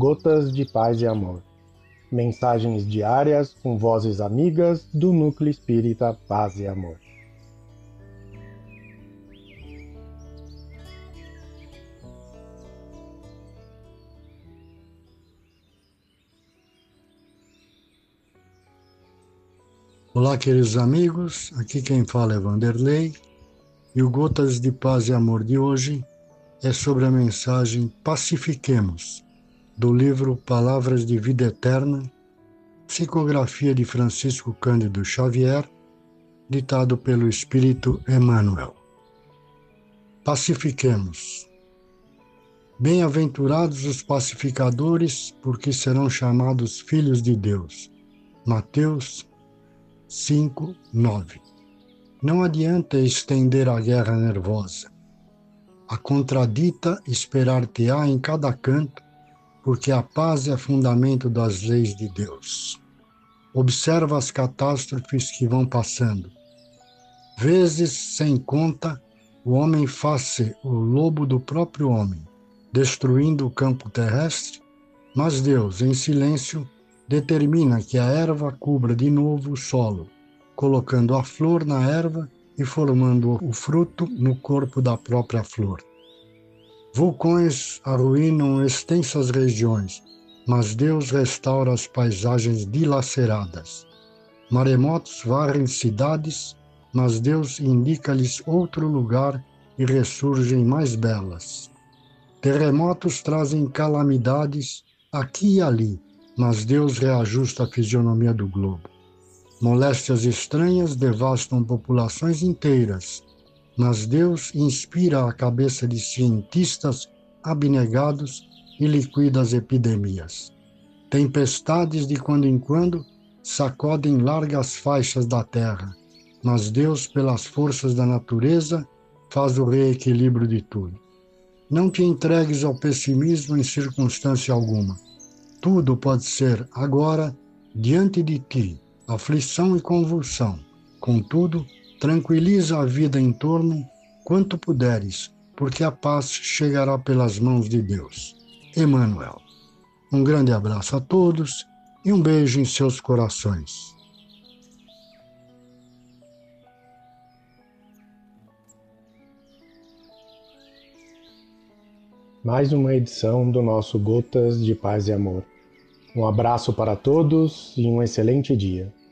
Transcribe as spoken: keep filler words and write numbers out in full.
Gotas de Paz e Amor. Mensagens diárias com vozes amigas do Núcleo Espírita Paz e Amor. Olá, queridos amigos, aqui quem fala é Vanderlei, e o Gotas de Paz e Amor de hoje é sobre a mensagem Pacifiquemos, do livro Palavras de Vida Eterna, psicografia de Francisco Cândido Xavier, ditado pelo Espírito Emmanuel. Pacifiquemos. Bem-aventurados os pacificadores, porque serão chamados filhos de Deus. Mateus cinco, nove. Não adianta estender a guerra nervosa. A contradita esperar-te-á em cada canto, porque a paz é fundamento das leis de Deus. Observa as catástrofes que vão passando. Vezes sem conta, o homem faz-se o lobo do próprio homem, destruindo o campo terrestre, mas Deus, em silêncio, determina que a erva cubra de novo o solo, colocando a flor na erva e formando o fruto no corpo da própria flor. Vulcões arruinam extensas regiões, mas Deus restaura as paisagens dilaceradas. Maremotos varrem cidades, mas Deus indica-lhes outro lugar e ressurgem mais belas. Terremotos trazem calamidades aqui e ali, mas Deus reajusta a fisionomia do globo. Moléstias estranhas devastam populações inteiras, mas Deus inspira a cabeça de cientistas abnegados e liquida as epidemias. Tempestades de quando em quando sacodem largas faixas da terra, mas Deus, pelas forças da natureza, faz o reequilíbrio de tudo. Não te entregues ao pessimismo em circunstância alguma. Tudo pode ser, agora, diante de ti, aflição e convulsão. Contudo, tranquiliza a vida em torno quanto puderes, porque a paz chegará pelas mãos de Deus. Emmanuel. Um grande abraço a todos e um beijo em seus corações. Mais uma edição do nosso Gotas de Paz e Amor. Um abraço para todos e um excelente dia.